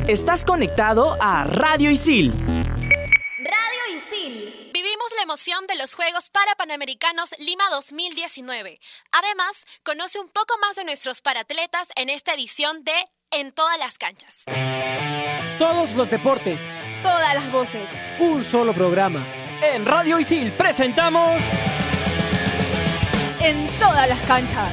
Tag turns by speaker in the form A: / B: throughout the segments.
A: Estás conectado a Radio Isil.
B: Radio Isil.
C: Vivimos la emoción de los Juegos Parapanamericanos Lima 2019. Además, conoce un poco más de nuestros paratletas en esta edición de En Todas las Canchas.
D: Todos los deportes.
B: Todas las voces.
D: Un solo programa.
A: En Radio Isil presentamos
B: En Todas las Canchas.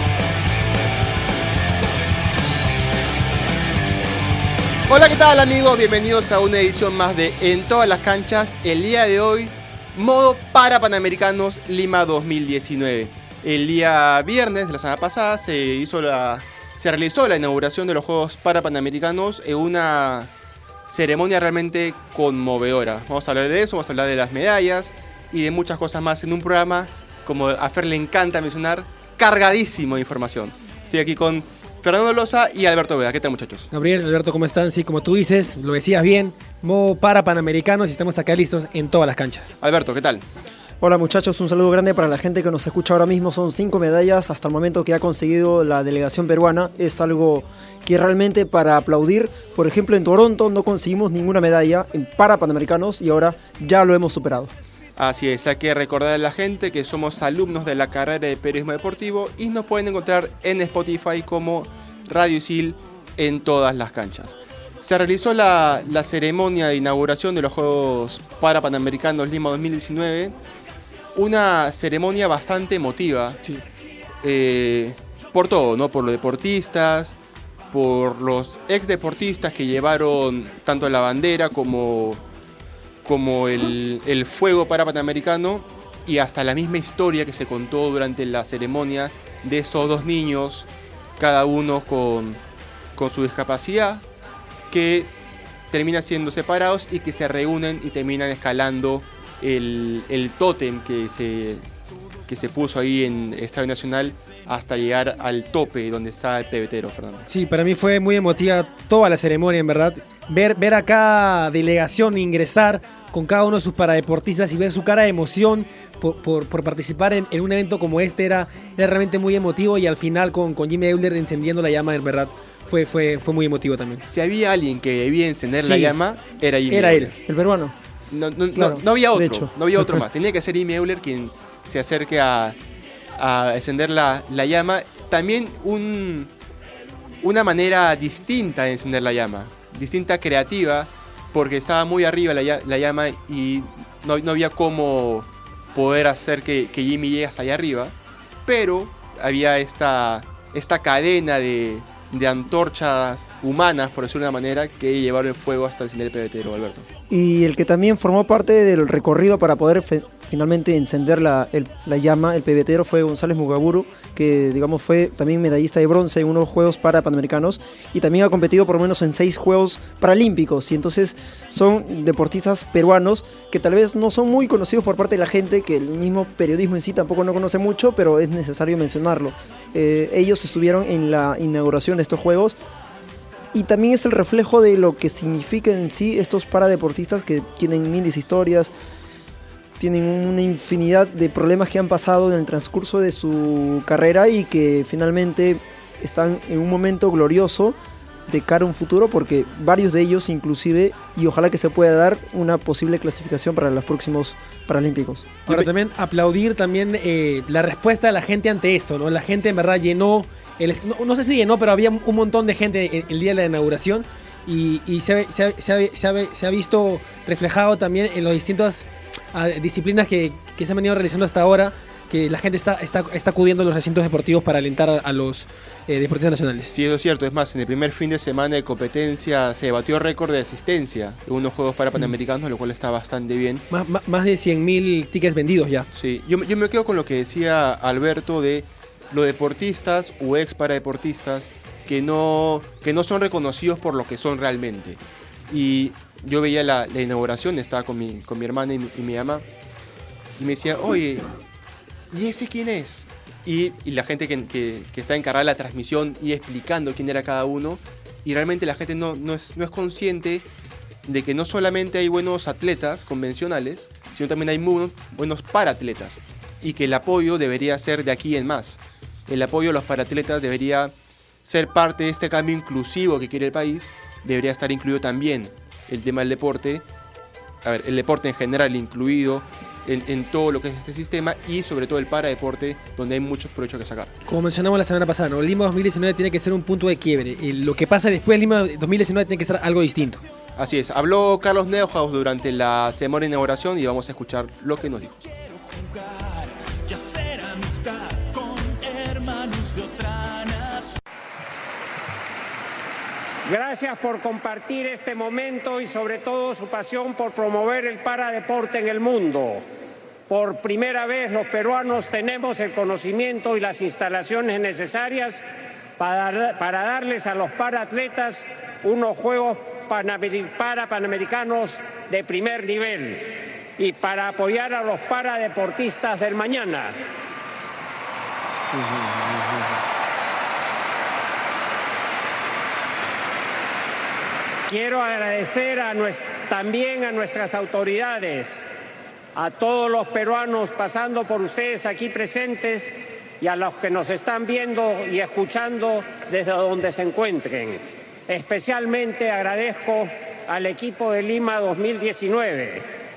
E: Hola, ¿qué tal, amigos? Bienvenidos a una edición más de En Todas las Canchas. El día de hoy, modo Parapanamericanos Lima 2019. El día viernes de la semana pasada se realizó la inauguración de los Juegos Parapanamericanos en una ceremonia realmente conmovedora. Vamos a hablar de eso, vamos a hablar de las medallas y de muchas cosas más en un programa, como a Fer le encanta mencionar, cargadísimo de información. Estoy aquí con Fernando Loza y Alberto Veda. ¿Qué tal, muchachos?
D: Gabriel, Alberto, ¿cómo están? Sí, como tú dices, lo decías bien, modo Parapanamericanos y estamos acá listos en todas las canchas.
E: Alberto, ¿qué tal?
F: Hola muchachos, un saludo grande para la gente que nos escucha ahora mismo. Son 5 medallas hasta el momento que ha conseguido la delegación peruana. Es algo que realmente para aplaudir. Por ejemplo, en Toronto no conseguimos ninguna medalla en Parapanamericanos y ahora ya lo hemos superado.
E: Así es, hay que recordar a la gente que somos alumnos de la carrera de Periodismo Deportivo y nos pueden encontrar en Spotify como Radio Isil En Todas las Canchas. Se realizó la ceremonia de inauguración de los Juegos Parapanamericanos Lima 2019, una ceremonia bastante emotiva,
D: Sí.
E: Por todo, ¿no? Por los deportistas, por los ex deportistas que llevaron tanto la bandera como el fuego paraPanamericano, y hasta la misma historia que se contó durante la ceremonia de estos dos niños, cada uno con su discapacidad, que terminan siendo separados y que se reúnen y terminan escalando el tótem que se puso ahí en Estadio Nacional hasta llegar al tope donde está el pebetero, Fernando.
D: Sí, para mí fue muy emotiva toda la ceremonia, en verdad. Ver a cada delegación ingresar con cada uno de sus paradeportistas y ver su cara de emoción por participar en un evento como este era realmente muy emotivo, y al final con Jimmy Euler encendiendo la llama, en verdad fue muy emotivo también.
E: Si había alguien que debía encender la llama, era Jimmy
D: Era
E: Euler.
D: él.
F: El peruano.
E: No había
F: de
E: otro,
F: hecho.
E: no había otro más. Tenía que ser Jimmy Euler quien se acerque a encender la llama. También una manera distinta de encender la llama, distinta, creativa, porque estaba muy arriba la llama y no había cómo poder hacer que Jimmy llegue hasta allá arriba, pero había esta cadena de antorchas humanas, por decirlo de una manera, que llevaron el fuego hasta encender el pebetero, Alberto.
F: Y el que también formó parte del recorrido para poder finalmente encender la llama, el pebetero, fue González Mugaburu, que digamos fue también medallista de bronce en unos Juegos Parapanamericanos y también ha competido por lo menos en 6 Juegos Paralímpicos, y entonces son deportistas peruanos que tal vez no son muy conocidos por parte de la gente, que el mismo periodismo en sí tampoco no conoce mucho, pero es necesario mencionarlo. Ellos estuvieron en la inauguración de estos Juegos, y también es el reflejo de lo que significan en sí estos paradeportistas, que tienen miles de historias, tienen una infinidad de problemas que han pasado en el transcurso de su carrera y que finalmente están en un momento glorioso de cara a un futuro, porque varios de ellos inclusive, y ojalá que se pueda dar una posible clasificación para los próximos Paralímpicos.
D: Ahora también aplaudir también la respuesta de la gente ante esto, ¿no? La gente en verdad llenó, no sé si llenó, pero había un montón de gente el día de la inauguración, y se ha visto reflejado también en las distintas disciplinas que se han venido realizando hasta ahora, que la gente está acudiendo a los recintos deportivos para alentar a los deportistas nacionales.
E: Sí, eso es cierto. Es más, en el primer fin de semana de competencia se batió récord de asistencia en unos Juegos Parapanamericanos, lo cual está bastante bien.
D: Más de 100.000 tickets vendidos ya.
E: Sí, yo me quedo con lo que decía Alberto de los deportistas o ex paradeportistas que no son reconocidos por lo que son realmente. Y yo veía la inauguración, estaba con mi hermana y mi mamá, y me decía, oye, ¿y ese quién es? Y la gente que está encargada de la transmisión y explicando quién era cada uno, y realmente la gente no es consciente de que no solamente hay buenos atletas convencionales, sino también hay muy buenos paratletas, y que el apoyo debería ser de aquí en más. El apoyo a los paratletas debería ser parte de este cambio inclusivo que quiere el país, debería estar incluido también el tema del deporte, el deporte en general incluido en todo lo que es este sistema, y sobre todo el paradeporte, donde hay muchos provechos que sacar.
D: Como mencionamos la semana pasada, ¿no? Lima 2019 tiene que ser un punto de quiebre. Lo que pasa después de Lima 2019 tiene que ser algo distinto.
E: Así es, habló Carlos Neuhaus durante la ceremonia de inauguración y vamos a escuchar lo que nos dijo.
G: Gracias por compartir este momento y sobre todo su pasión por promover el paradeporte en el mundo. Por primera vez los peruanos tenemos el conocimiento y las instalaciones necesarias para darles a los paraatletas unos Juegos Panamericanos de primer nivel y para apoyar a los paradeportistas del mañana. Quiero agradecer también a nuestras autoridades, a todos los peruanos, pasando por ustedes aquí presentes, y a los que nos están viendo y escuchando desde donde se encuentren. Especialmente agradezco al equipo de Lima 2019.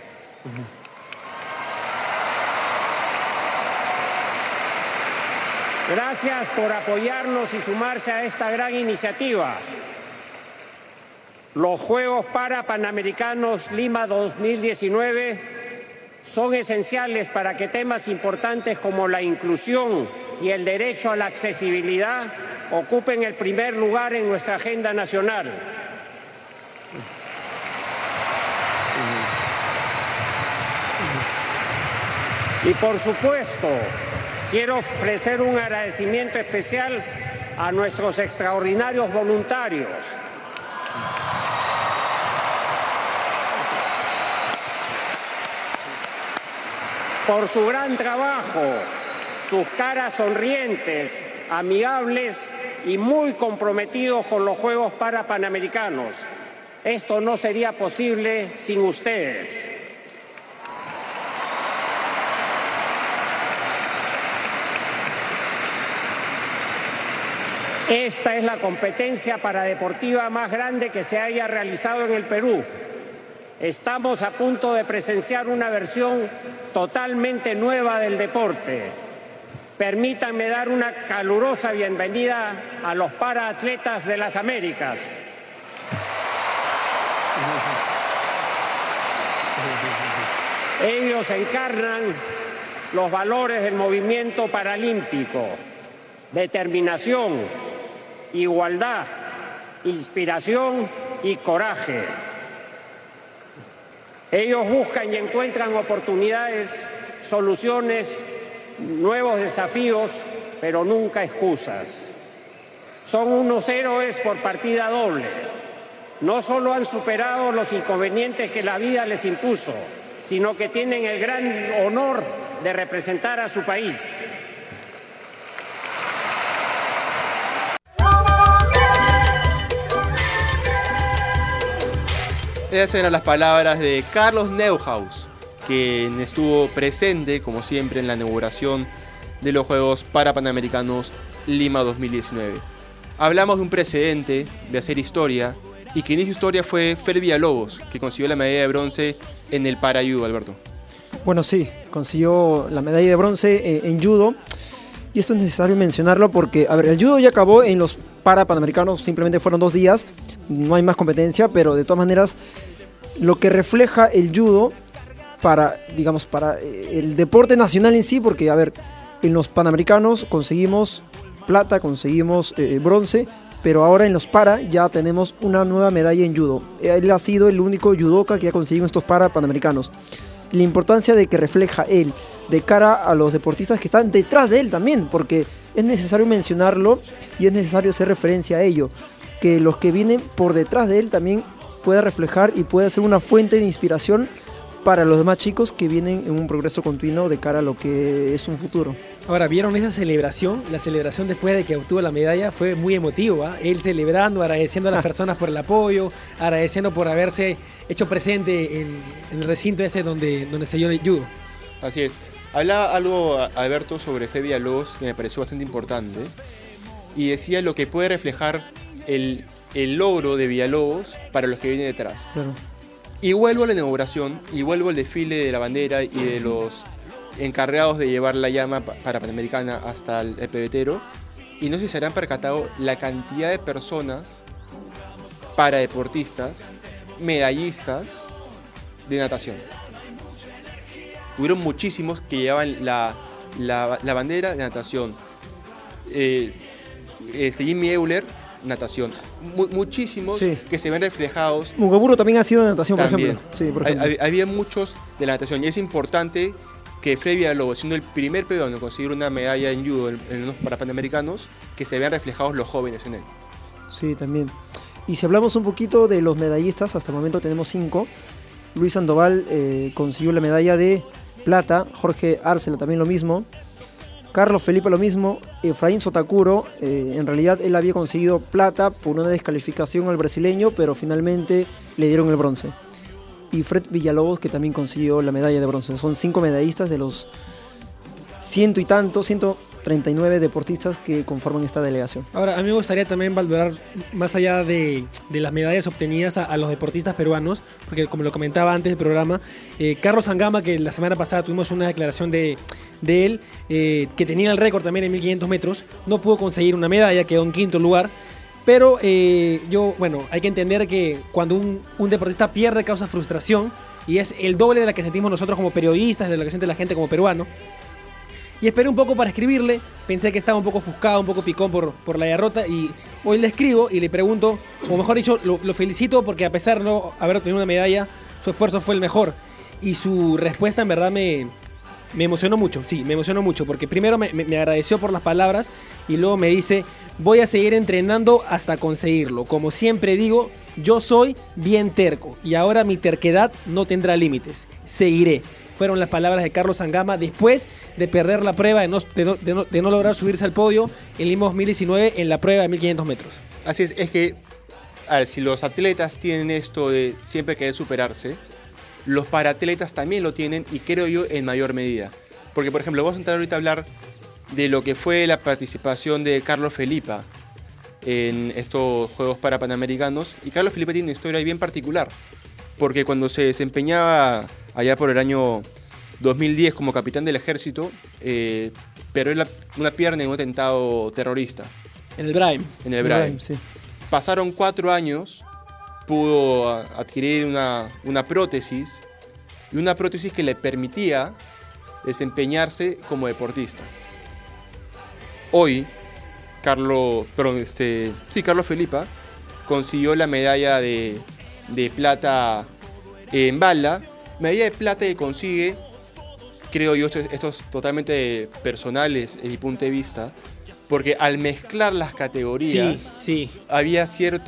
G: Gracias por apoyarnos y sumarse a esta gran iniciativa. Los Juegos Panamericanos Lima 2019 son esenciales para que temas importantes como la inclusión y el derecho a la accesibilidad ocupen el primer lugar en nuestra agenda nacional. Y por supuesto, quiero ofrecer un agradecimiento especial a nuestros extraordinarios voluntarios. Por su gran trabajo, sus caras sonrientes, amigables y muy comprometidos con los Juegos Panamericanos. Esto no sería posible sin ustedes. Esta es la competencia paradeportiva más grande que se haya realizado en el Perú. Estamos a punto de presenciar una versión totalmente nueva del deporte. Permítanme dar una calurosa bienvenida a los paraatletas de las Américas. Ellos encarnan los valores del movimiento paralímpico: determinación, igualdad, inspiración y coraje. Ellos buscan y encuentran oportunidades, soluciones, nuevos desafíos, pero nunca excusas. Son unos héroes por partida doble. No solo han superado los inconvenientes que la vida les impuso, sino que tienen el gran honor de representar a su país.
E: Esas eran las palabras de Carlos Neuhaus, quien estuvo presente, como siempre, en la inauguración de los Juegos Panamericanos Lima 2019. Hablamos de un precedente de hacer historia, y quien hizo historia fue Fer Villalobos, que consiguió la medalla de bronce en el para-judo, Alberto.
F: Bueno, sí, consiguió la medalla de bronce en judo, y esto es necesario mencionarlo porque, a ver, el judo ya acabó en los Panamericanos, simplemente fueron 2 días, no hay más competencia, pero de todas maneras, lo que refleja el judo para el deporte nacional en sí, porque, a ver, en los Panamericanos conseguimos plata, conseguimos bronce, pero ahora en los para ya tenemos una nueva medalla en judo. Él ha sido el único judoka que ha conseguido estos Panamericanos. La importancia de que refleja él de cara a los deportistas que están detrás de él también, porque es necesario mencionarlo y es necesario hacer referencia a ello, que los que vienen por detrás de él también pueda reflejar y pueda ser una fuente de inspiración para los demás chicos que vienen en un progreso continuo de cara a lo que es un futuro.
D: Ahora, ¿vieron esa celebración? La celebración después de que obtuvo la medalla fue muy emotiva, ¿eh? Él celebrando, agradeciendo a las personas por el apoyo, agradeciendo por haberse hecho presente en el recinto ese donde se dio el judo.
E: Así es. Hablaba algo, Alberto, sobre Fer Villalobos, que me pareció bastante importante, y decía lo que puede reflejar el el logro de Villalobos para los que vienen detrás.
F: Claro.
E: Y vuelvo a la inauguración, y vuelvo al desfile de la bandera y de los encargados de llevar la llama para Panamericana hasta el pebetero, y no sé si se habrán percatado la cantidad de personas, paradeportistas, medallistas de natación. Hubieron muchísimos que llevaban la bandera de natación. Jimmy Euler, natación. Muchísimos
F: Sí.
E: que se ven reflejados.
F: Mugaburo también ha sido de natación, por
E: También.
F: ejemplo. Sí, por ejemplo.
E: Había muchos de la natación, y es importante que Freddy Villalobos, siendo el primer peruano en conseguir una medalla en judo en los Parapanamericanos, que se vean reflejados los jóvenes en él.
F: Sí, también. Y si hablamos un poquito de los medallistas, hasta el momento tenemos 5. Luis Sandoval consiguió la medalla de plata, Jorge Arcela también lo mismo, Carlos Felipe lo mismo, Efraín Sotakuro, en realidad él había conseguido plata por una descalificación al brasileño, pero finalmente le dieron el bronce. Y Fred Villalobos, que también consiguió la medalla de bronce. Son 5 medallistas de los 139 deportistas que conforman esta delegación.
D: Ahora, a mí me gustaría también valorar, más allá de las medallas obtenidas a los deportistas peruanos, porque como lo comentaba antes del programa, Carlos Sangama, que la semana pasada tuvimos una declaración de él, que tenía el récord también en 1500 metros, no pudo conseguir una medalla, quedó en 5º lugar. Pero hay que entender que cuando un deportista pierde causa frustración, y es el doble de la que sentimos nosotros como periodistas, de la que siente la gente como peruano. Y esperé un poco para escribirle, pensé que estaba un poco ofuscado, un poco picón por la derrota, y hoy le escribo y le pregunto, o mejor dicho, lo felicito porque a pesar de no haber obtenido una medalla, su esfuerzo fue el mejor. Y su respuesta en verdad me emocionó mucho, sí, me emocionó mucho, porque primero me agradeció por las palabras y luego me dice, voy a seguir entrenando hasta conseguirlo. Como siempre digo, yo soy bien terco y ahora mi terquedad no tendrá límites. Seguiré. Fueron las palabras de Carlos Sangama después de perder la prueba, de no lograr subirse al podio en Lima 2019 en la prueba de 1500 metros.
E: Así es que, a ver, si los atletas tienen esto de siempre querer superarse, los paraatletas también lo tienen, y creo yo en mayor medida. Porque, por ejemplo, vamos a entrar ahorita a hablar de lo que fue la participación de Carlos Felipa en estos Juegos Parapanamericanos. Y Carlos Felipa tiene una historia bien particular, porque cuando se desempeñaba allá por el año 2010 como capitán del ejército, perdió una pierna en un atentado terrorista.
D: En el Braim.
E: En el Braim.
F: Sí.
E: Pasaron 4 años, pudo adquirir una prótesis, y una prótesis que le permitía desempeñarse como deportista. Hoy, Carlos Felipa consiguió la medalla de plata en bala, medalla de plata que consigue, creo yo, esto es totalmente personales en mi punto de vista, porque al mezclar las categorías,
D: sí.
E: había cierta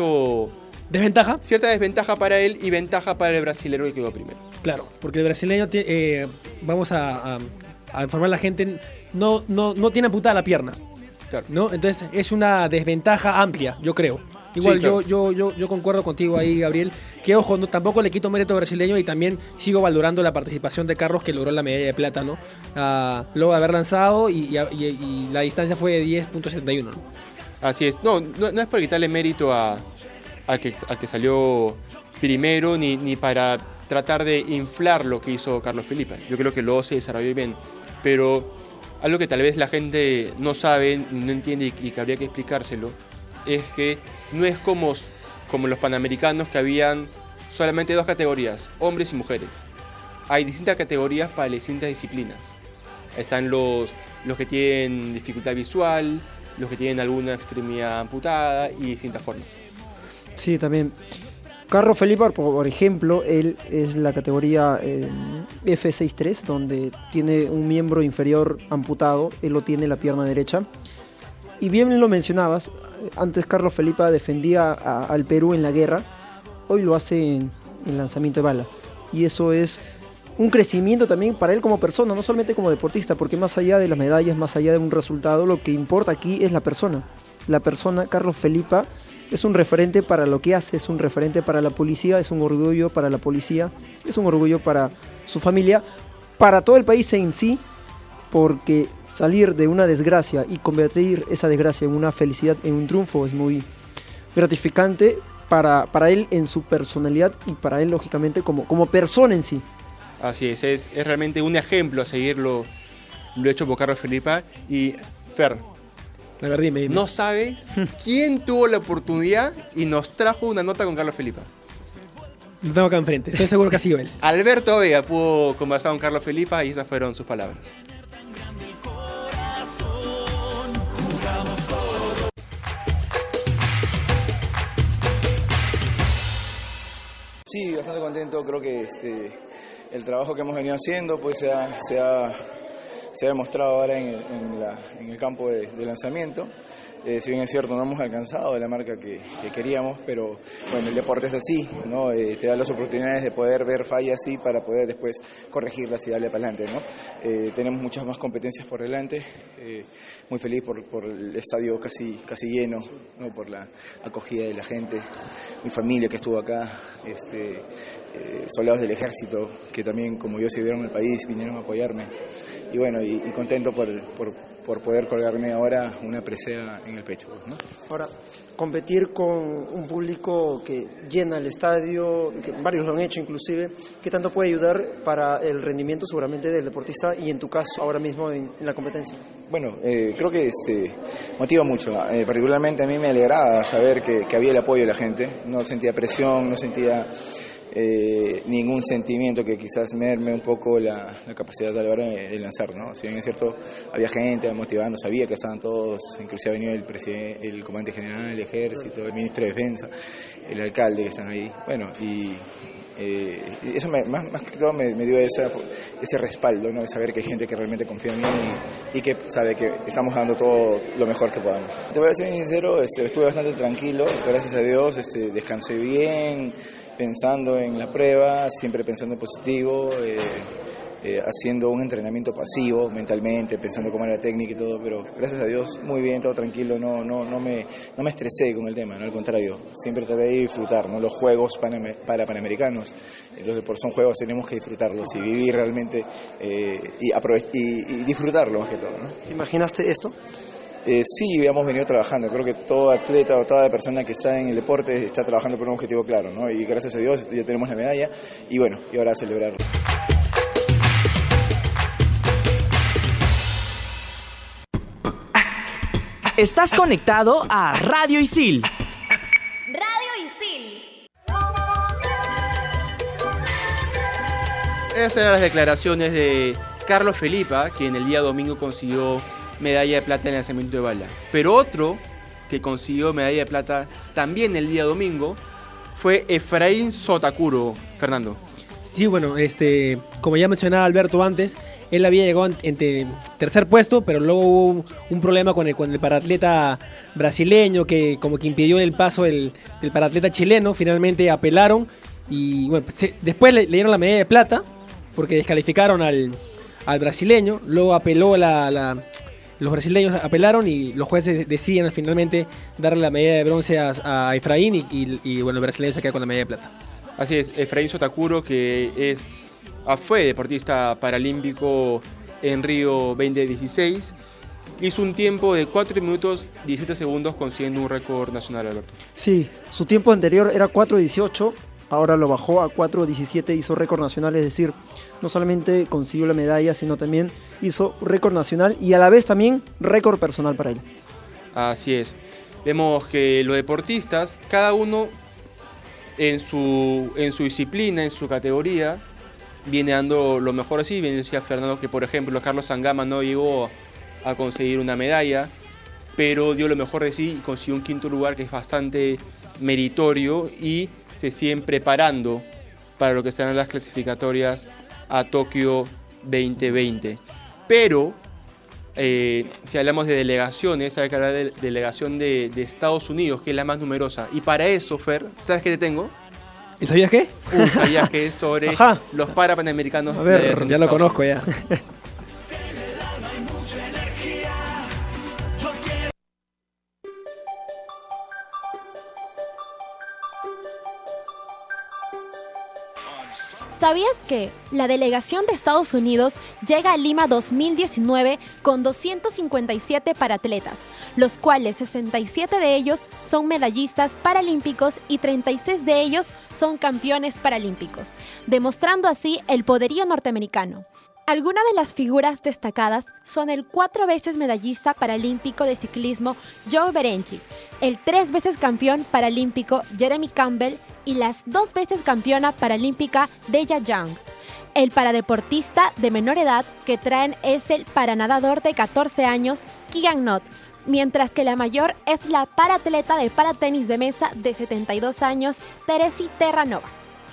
E: desventaja para él y ventaja para el brasilero que quedó primero.
D: Claro, porque el brasileño, vamos a informar a la gente, no tiene amputada la pierna.
E: Claro.
D: ¿No? Entonces es una desventaja amplia, yo creo. Igual,
E: sí, claro.
D: yo concuerdo contigo ahí, Gabriel, que ojo, tampoco le quito mérito brasileño, y también sigo valorando la participación de Carlos, que logró la medalla de plata, ¿no? Luego de haber lanzado, y la distancia fue de 10.71, ¿no?
E: Así es. No es para quitarle mérito al que salió primero, ni para tratar de inflar lo que hizo Carlos Felipa. Yo creo que luego se desarrolló bien, pero algo que tal vez la gente no sabe, no entiende y que habría que explicárselo, es que no es como los Panamericanos, que habían solamente 2 categorías, hombres y mujeres. Hay distintas categorías para distintas disciplinas. Están los que tienen dificultad visual, los que tienen alguna extremidad amputada y distintas formas.
F: Sí, también. Carlos Felipa, por ejemplo, él es la categoría F63, donde tiene un miembro inferior amputado, él lo tiene en la pierna derecha. Y bien lo mencionabas, antes Carlos Felipa defendía al Perú en la guerra, hoy lo hace en lanzamiento de bala. Y eso es un crecimiento también para él como persona, no solamente como deportista, porque más allá de las medallas, más allá de un resultado, lo que importa aquí es la persona. La persona, Carlos Felipa, es un referente para lo que hace, es un referente para la policía, es un orgullo para la policía, es un orgullo para su familia, para todo el país en sí, porque salir de una desgracia y convertir esa desgracia en una felicidad, en un triunfo, es muy gratificante para él en su personalidad y para él, lógicamente, como persona en sí.
E: Así es realmente un ejemplo a seguir lo hecho por Carlos Felipa. Y Fer,
D: A ver, dime.
E: ¿no sabes quién tuvo la oportunidad y nos trajo una nota con Carlos Felipa?
D: Lo tengo acá enfrente, estoy seguro que ha sido él.
E: Alberto Vega pudo conversar con Carlos Felipa y esas fueron sus palabras.
H: Sí, bastante contento. Creo que el trabajo que hemos venido haciendo pues se ha demostrado ahora en el campo de lanzamiento. Si bien es cierto, no hemos alcanzado la marca que queríamos, pero bueno, el deporte es así, ¿no? Te da las oportunidades de poder ver fallas así para poder después corregirlas y darle para adelante, ¿no? Tenemos muchas más competencias por delante. Muy feliz por el estadio casi lleno, ¿no? Por la acogida de la gente, mi familia que estuvo acá, soldados del ejército que también, como yo, se vieron el país, vinieron a apoyarme. Y bueno, y contento por poder colgarme ahora una presea en el pecho, ¿no?
F: Ahora, competir con un público que llena el estadio, que varios lo han hecho inclusive, ¿qué tanto puede ayudar para el rendimiento seguramente del deportista y en tu caso ahora mismo en la competencia?
H: Bueno, creo que motiva mucho. Particularmente a mí me alegraba saber que había el apoyo de la gente. No sentía presión, no sentía ningún sentimiento que quizás merme un poco la capacidad de Álvaro de lanzar, ¿no? Si bien es cierto, había gente motivando, sabía que estaban todos, inclusive ha venido el comandante general del ejército, el ministro de defensa, el alcalde que están ahí. Bueno, y eso más que todo me dio ese respaldo, ¿no? De saber que hay gente que realmente confía en mí y que sabe que estamos dando todo lo mejor que podamos. Te voy a ser sincero, estuve bastante tranquilo, gracias a Dios, descansé bien, pensando en la prueba, siempre pensando en positivo, haciendo un entrenamiento pasivo mentalmente, pensando cómo era la técnica y todo, pero gracias a Dios muy bien, todo tranquilo, no me estresé con el tema, no, al contrario, siempre traté de disfrutar, ¿no? Los juegos para panamericanos, entonces son juegos, tenemos que disfrutarlos y vivir realmente y disfrutarlo más que todo, ¿no?
F: ¿Te imaginaste esto?
H: Sí, hemos venido trabajando. Creo que todo atleta o toda persona que está en el deporte está trabajando por un objetivo claro, ¿no? Y gracias a Dios ya tenemos la medalla y bueno, y ahora a celebrarlo.
A: Estás conectado a Radio Isil.
B: Radio Isil.
E: Esas eran las declaraciones de Carlos Felipa, quien el día domingo consiguió medalla de plata en el lanzamiento de bala. Pero otro que consiguió medalla de plata también el día domingo fue Efraín Sotakuro. Fernando.
D: Sí, bueno, como ya mencionaba Alberto antes, él había llegado en tercer puesto, pero luego hubo un problema con el paratleta brasileño que como que impidió el paso del paratleta chileno. Finalmente apelaron y bueno, después le dieron la medalla de plata porque descalificaron al brasileño. Luego apeló los brasileños apelaron y los jueces deciden finalmente darle la medalla de bronce a Efraín y bueno, el brasileño se queda con la medalla de plata.
E: Así es, Efraín Sotakuro, que fue deportista paralímpico en Río 2016, hizo un tiempo de 4 minutos 17 segundos consiguiendo un récord nacional, Alberto.
F: Sí, su tiempo anterior era 4:18, ahora lo bajó a 4:17, hizo récord nacional, es decir, no solamente consiguió la medalla, sino también hizo récord nacional y a la vez también récord personal para él.
E: Así es. Vemos que los deportistas, cada uno en su disciplina, en su categoría, viene dando lo mejor así. Bien decía Fernando que, por ejemplo, Carlos Sangama no llegó a conseguir una medalla, pero dio lo mejor de sí y consiguió un quinto lugar que es bastante meritorio y se siguen preparando para lo que serán las clasificatorias a Tokio 2020. Pero si hablamos de delegaciones, hay que hablar de delegación de Estados Unidos, que es la más numerosa. Y para eso, Fer, ¿sabes qué te tengo?
D: ¿Y sabías qué?
E: Sabías que es sobre los Parapanamericanos.
D: A ver, ya lo conozco ya.
C: ¿Sabías que la delegación de Estados Unidos llega a Lima 2019 con 257 paratletas, los cuales 67 de ellos son medallistas paralímpicos y 36 de ellos son campeones paralímpicos, demostrando así el poderío norteamericano? Algunas de las figuras destacadas son el 4 veces medallista paralímpico de ciclismo Joe Berenchi, el 3 veces campeón paralímpico Jeremy Campbell y las 2 veces campeona paralímpica Deja Young. El paradeportista de menor edad que traen es el paranadador de 14 años Keegan Knott, mientras que la mayor es la paratleta de paratenis de mesa de 72 años Teresi Terranova.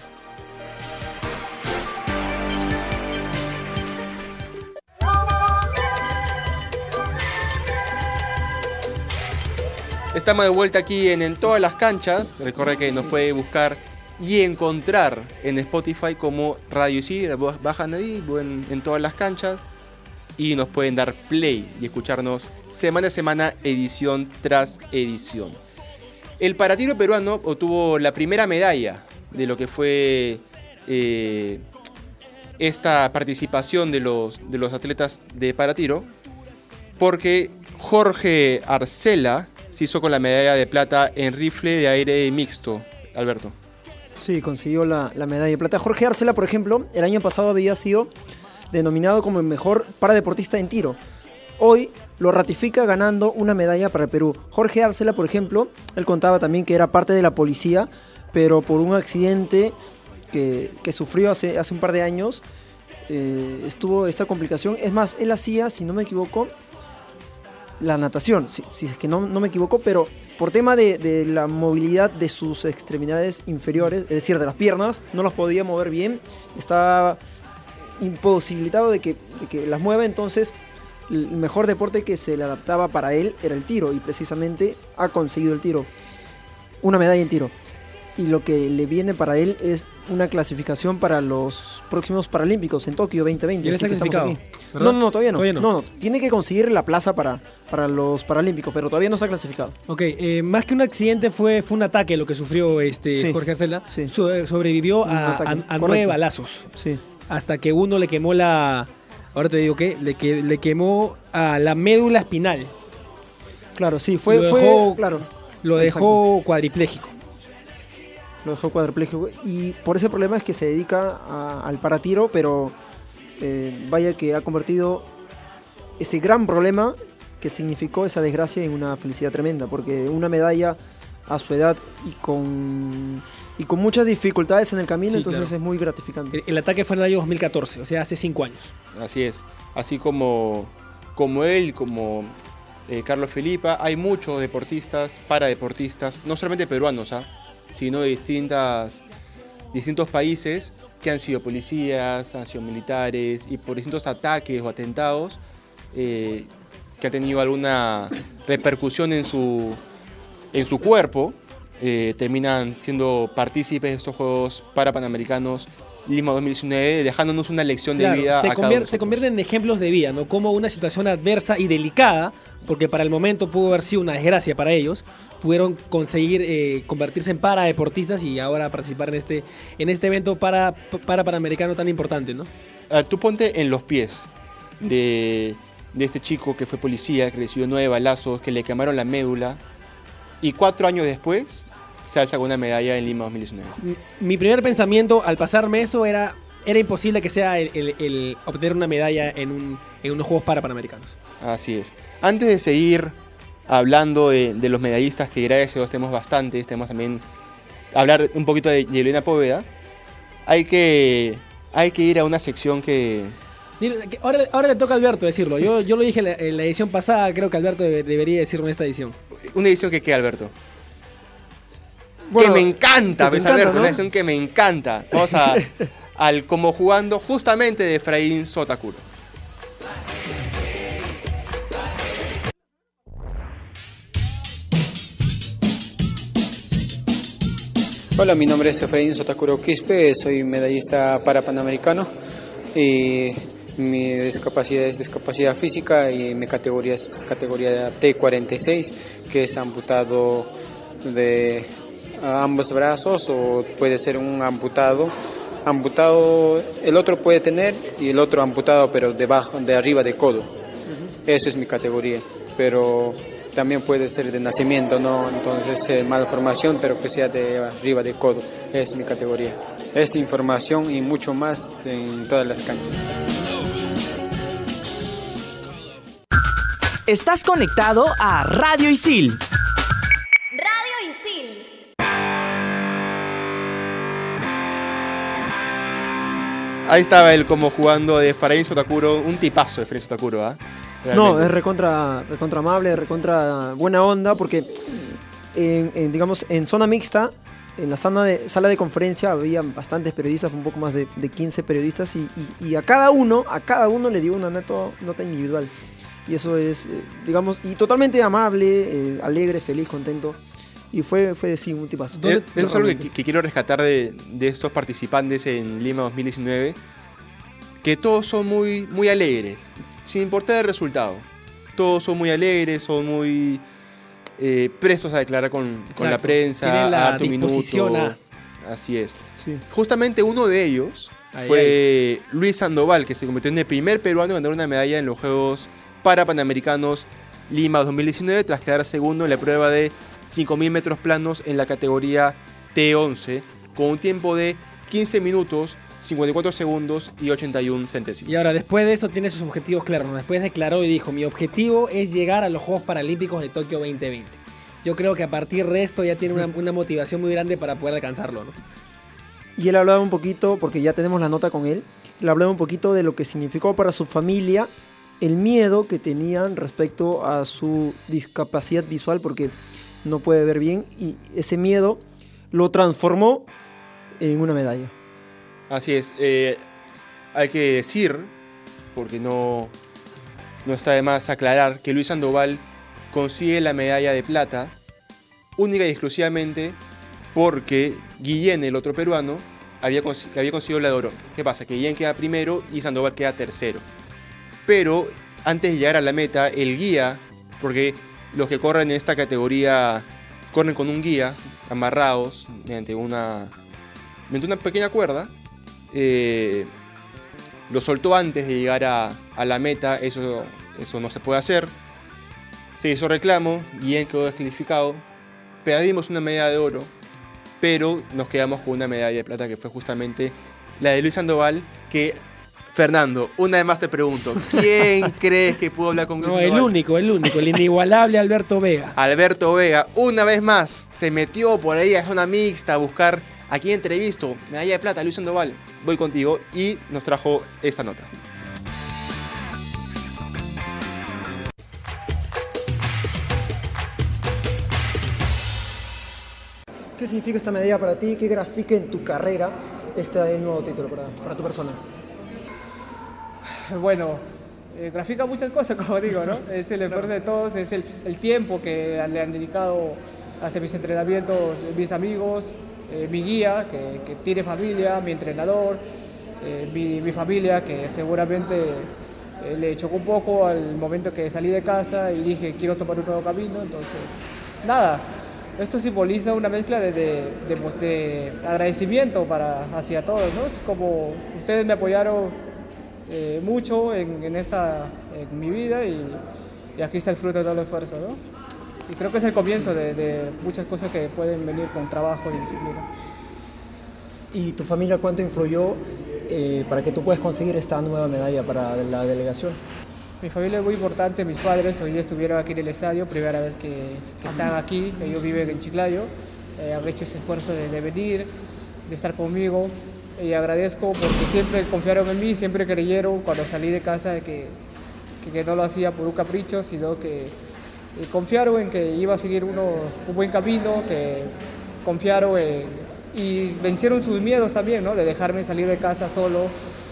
E: Estamos de vuelta aquí en todas las canchas. Recuerda que nos puede buscar y encontrar en Spotify como Radio Isil. Bajan ahí en todas las canchas y nos pueden dar play y escucharnos semana a semana, edición tras edición. El paratiro peruano obtuvo la primera medalla de lo que fue esta participación de los atletas de paratiro, porque Jorge Arcela se hizo con la medalla de plata en rifle de aire mixto. Alberto.
F: Sí, consiguió la medalla de plata. Jorge Arcela, por ejemplo, el año pasado había sido denominado como el mejor paradeportista en tiro. Hoy lo ratifica ganando una medalla para el Perú. Jorge Arcela, por ejemplo, él contaba también que era parte de la policía, pero por un accidente que sufrió hace un par de años, estuvo esta complicación. Es más, él hacía, si no me equivoco, la natación, si es que no me equivoco, pero por tema de la movilidad de sus extremidades inferiores, es decir, de las piernas, no las podía mover bien, estaba imposibilitado de que las mueva. Entonces el mejor deporte que se le adaptaba para él era el tiro, y precisamente ha conseguido el tiro, una medalla en tiro. Y lo que le viene para él es una clasificación para los próximos Paralímpicos en Tokio 2020.
D: ¿Ya está clasificado?
F: No, todavía no. No, tiene que conseguir la plaza para los Paralímpicos, pero todavía no está clasificado.
D: Ok, más que un accidente fue un ataque lo que sufrió Jorge Arcela.
F: Sí.
D: Sobrevivió a 9 balazos.
F: Sí.
D: Hasta que uno le quemó ahora te digo que le quemó a la médula espinal.
F: Claro, sí,
D: lo dejó cuadripléjico.
F: Lo dejó cuadripléjico, y por ese problema es que se dedica al paratiro, pero vaya que ha convertido ese gran problema que significó esa desgracia en una felicidad tremenda, porque una medalla a su edad y con muchas dificultades en el camino, sí, entonces claro, es muy gratificante.
D: El ataque fue en el año 2014, o sea, hace 5 años.
E: Así es, así como él, como Carlos Felipa, hay muchos deportistas, paradeportistas, no solamente peruanos, sino de distintos países que han sido policías, han sido militares, y por distintos ataques o atentados que ha tenido alguna repercusión en su cuerpo, terminan siendo partícipes de estos Juegos Parapanamericanos Lima 2019, dejándonos una lección de vida.
D: Se convierten en ejemplos de vida, ¿no? Como una situación adversa y delicada, porque para el momento pudo haber sido una desgracia para ellos, pudieron conseguir convertirse en paradeportistas y ahora participar en este evento panamericano tan importante, ¿no?
E: A ver, tú ponte en los pies de este chico que fue policía, que recibió 9 balazos, que le quemaron la médula, y 4 años después se alza con una medalla en Lima 2019.
D: Mi primer pensamiento al pasarme eso era imposible que sea el obtener una medalla en unos Juegos Parapanamericanos.
E: Así es. Antes de seguir hablando de los medallistas, que gracias a Dios tenemos bastantes, tenemos también hablar un poquito de Yelena Poveda, hay que ir a una sección que...
D: Ahora le toca a Alberto decirlo. Yo lo dije en la edición pasada, creo que Alberto debería decirlo en esta edición.
E: Una edición que queda, Alberto.
F: Bueno,
E: que me encanta, pues, Alberto, ¿no? Una edición que me encanta. Vamos al Como Jugando, justamente de Efraín Sotakuro.
I: Hola, mi nombre es Efraín Sotakuro Quispe, soy medallista parapanamericano y mi discapacidad es discapacidad física y mi categoría es categoría T46, que es amputado de ambos brazos, o puede ser un amputado amputado, el otro puede tener y el otro amputado pero debajo, de arriba de codo. Eso es mi categoría, pero también puede ser de nacimiento, ¿no? Entonces malformación, pero que sea de arriba de codo, es mi categoría. Esta información y mucho más en todas las canchas.
A: Estás conectado a Radio Isil.
B: Radio Isil.
E: Ahí estaba él como jugando de Efraín Sotakuro, un tipazo de Efraín Sotakuro, ¿ah?
F: No, es recontra amable, recontra buena onda, porque digamos, en zona mixta, en la sala de conferencia había bastantes periodistas, un poco más de 15 periodistas, y a cada uno le dio una nota individual. Y eso es, digamos, y totalmente amable, alegre, feliz, contento. Y fue sí, un tipazo.
E: Eso es algo que quiero rescatar de estos participantes en Lima 2019, que todos son muy, muy alegres, sin importar el resultado. Todos son muy alegres, son muy prestos a declarar con la prensa,
D: tienen la
E: a dar tu
D: disposición
E: minuto. Así es.
F: Sí.
E: Justamente uno de ellos fue Luis Sandoval, que se convirtió en el primer peruano en ganar una medalla en los Juegos Parapanamericanos Lima 2019, tras quedar segundo en la prueba de 5.000 metros planos en la categoría T11, con un tiempo de 15 minutos, 54 segundos y 81 centésimos.
D: Y ahora, después de eso, tiene sus objetivos claros, ¿no? Después declaró y dijo: mi objetivo es llegar a los Juegos Paralímpicos de Tokio 2020. Yo creo que a partir de esto ya tiene una motivación muy grande para poder alcanzarlo, ¿no?
F: Y él hablaba un poquito, porque ya tenemos la nota con él, él hablaba un poquito de lo que significó para su familia el miedo que tenían respecto a su discapacidad visual, porque no puede ver bien, y ese miedo lo transformó en una medalla.
E: Así es. Hay que decir, porque no está de más aclarar, que Luis Sandoval consigue la medalla de plata única y exclusivamente porque Guillén, el otro peruano, había conseguido la de oro. ¿Qué pasa? Que Guillén queda primero y Sandoval queda tercero. Pero antes de llegar a la meta, el guía, porque los que corren en esta categoría corren con un guía, amarrados mediante una pequeña cuerda, lo soltó antes de llegar a la meta. Eso no se puede hacer. Se hizo reclamo, Guillén quedó descalificado, perdimos una medalla de oro, pero nos quedamos con una medalla de plata que fue justamente la de Luis Sandoval, que... Fernando, una vez más te pregunto, ¿quién crees que pudo hablar con Luis Sandoval?
D: El inigualable Alberto Vega.
E: Alberto Vega, una vez más, se metió por ahí a zona mixta a buscar a quién entrevisto. Medalla de plata, Luis Sandoval. Voy contigo, y nos trajo esta nota.
F: ¿Qué significa esta medalla para ti? ¿Qué grafica en tu carrera este nuevo título para tu persona?
J: Bueno, grafica muchas cosas, como digo, ¿no? Es el esfuerzo de todos, es el tiempo que le han dedicado a hacer mis entrenamientos, mis amigos, mi guía, que tiene familia, mi entrenador, mi familia, que seguramente le chocó un poco al momento que salí de casa y dije, quiero tomar un nuevo camino. Entonces, nada, esto simboliza una mezcla de agradecimiento hacia todos, ¿no? Es como ustedes me apoyaron mucho en mi vida, y aquí está el fruto de todo el esfuerzo, ¿no? Y creo que es el comienzo de muchas cosas que pueden venir con trabajo y disciplina.
F: ¿Y tu familia cuánto influyó para que tú puedas conseguir esta nueva medalla para la delegación?
J: Mi familia es muy importante, mis padres hoy estuvieron aquí en el estadio, primera vez que están aquí, ellos viven en Chiclayo, han hecho ese esfuerzo de venir, de estar conmigo. Y agradezco porque siempre confiaron en mí, siempre creyeron cuando salí de casa que no lo hacía por un capricho, sino que confiaron en que iba a seguir un buen camino, que confiaron y vencieron sus miedos también, ¿no? De dejarme salir de casa solo.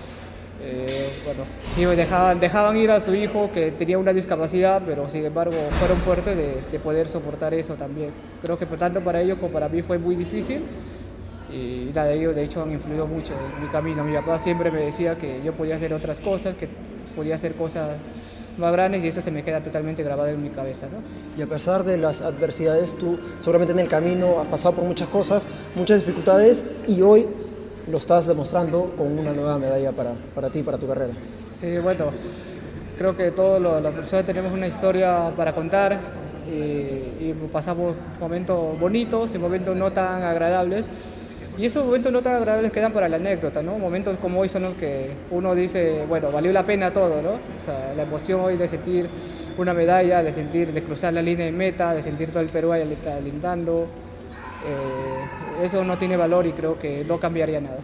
J: Dejaban ir a su hijo que tenía una discapacidad, pero sin embargo fueron fuertes de poder soportar eso también. Creo que tanto para ellos como para mí fue muy difícil. Y nada, ellos de hecho han influido mucho en mi camino. Mi papá siempre me decía que yo podía hacer otras cosas, que podía hacer cosas más grandes, y eso se me queda totalmente grabado en mi cabeza, ¿no?
F: Y a pesar de las adversidades, tú seguramente en el camino has pasado por muchas cosas, muchas dificultades, y hoy lo estás demostrando con una nueva medalla para ti, para tu carrera.
J: Sí, bueno, creo que todos los profesores tenemos una historia para contar y pasamos momentos bonitos y momentos no tan agradables. Y esos momentos no tan agradables quedan para la anécdota, ¿no? Momentos como hoy son los que uno dice, bueno, valió la pena todo, ¿no? O sea, la emoción hoy de sentir una medalla, de cruzar la línea de meta, de sentir todo el Perú ahí alentando. Eso no tiene valor y creo que no cambiaría nada.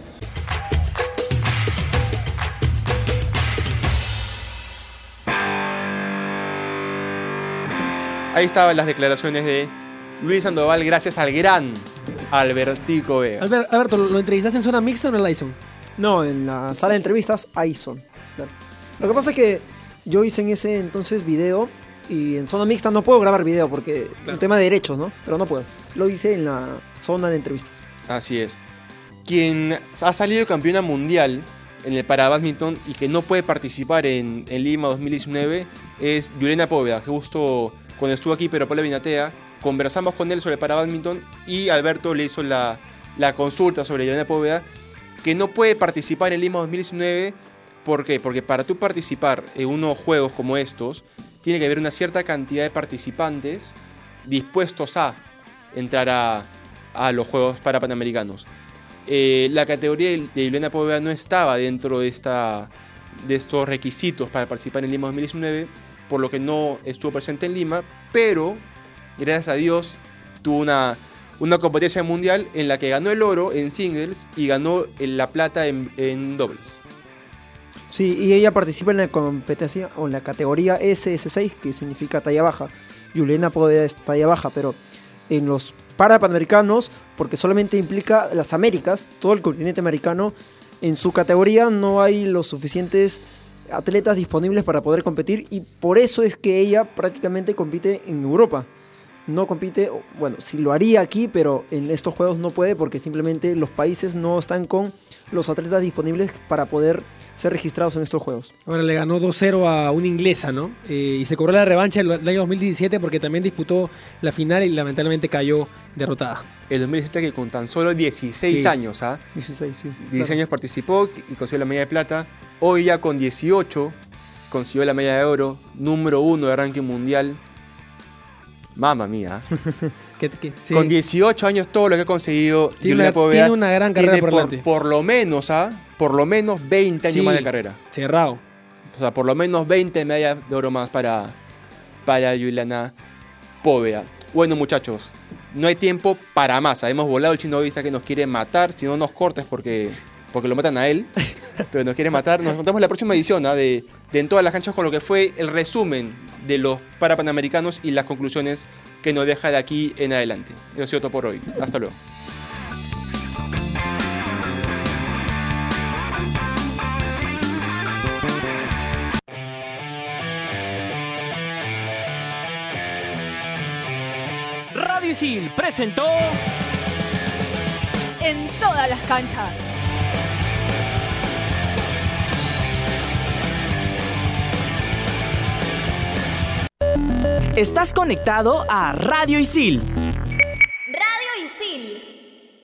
E: Ahí estaban las declaraciones de Luis Sandoval gracias al gran Albertico Vega.
D: Alberto, ¿lo entrevistaste en zona mixta o en el Ison?
F: No, en la sala de entrevistas, Ison. Claro. Lo que pasa es que yo hice en ese entonces video y en zona mixta no puedo grabar video porque un tema de derechos, ¿no? Pero no puedo. Lo hice en la zona de entrevistas.
E: Así es. Quien ha salido campeona mundial en el parabádminton y que no puede participar en Lima 2019 es Yulena Poveda, que justo cuando estuvo aquí pero Paula Vinatea conversamos con él sobre el parabádminton y Alberto le hizo la consulta sobre Yulena Poveda, que no puede participar en Lima 2019. ¿Por qué? Porque para tú participar en unos juegos como estos, tiene que haber una cierta cantidad de participantes dispuestos a entrar a los Juegos Parapanamericanos. La categoría de Yulena Poveda no estaba dentro de estos requisitos para participar en Lima 2019, por lo que no estuvo presente en Lima, pero gracias a Dios tuvo una competencia mundial en la que ganó el oro en singles y ganó la plata en dobles.
F: Sí, y ella participa en la competencia o en la categoría SS6, que significa talla baja. Yulena Poveda es talla baja, pero en los Parapanamericanos, porque solamente implica las Américas, todo el continente americano, en su categoría no hay los suficientes atletas disponibles para poder competir y por eso es que ella prácticamente compite en Europa. No compite, bueno, sí lo haría aquí, pero en estos juegos no puede porque simplemente los países no están con los atletas disponibles para poder ser registrados en estos juegos.
D: Ahora le ganó 2-0 a una inglesa, ¿no? Y se cobró la revancha el año 2017 porque también disputó la final y lamentablemente cayó derrotada.
E: El 2017 que con tan solo 16 años, ¿ah?
F: 16, sí.
E: 16 años participó y consiguió la medalla de plata. Hoy ya con 18 consiguió la medalla de oro, número 1 de ranking mundial. Mamma mía.
D: Sí.
E: Con 18 años todo lo que ha conseguido
D: Yulena Poveda tiene una gran carrera por delante.
E: Por lo menos, por lo menos 20 años más de carrera.
D: Cerrado.
E: O sea, por lo menos 20 medallas de oro más para Yulena Poveda. Bueno, muchachos, no hay tiempo para más. Hemos volado el Chino Visa que nos quiere matar. Si no nos cortes porque lo matan a él. Pero nos quiere matar. Nos encontramos en la próxima edición de En Todas las Canchas con lo que fue el resumen de los Parapanamericanos y las conclusiones que nos deja de aquí en adelante. Eso ha sido todo por hoy. Hasta luego.
A: Radio Isil presentó
B: En Todas las Canchas.
A: Estás conectado a Radio Isil.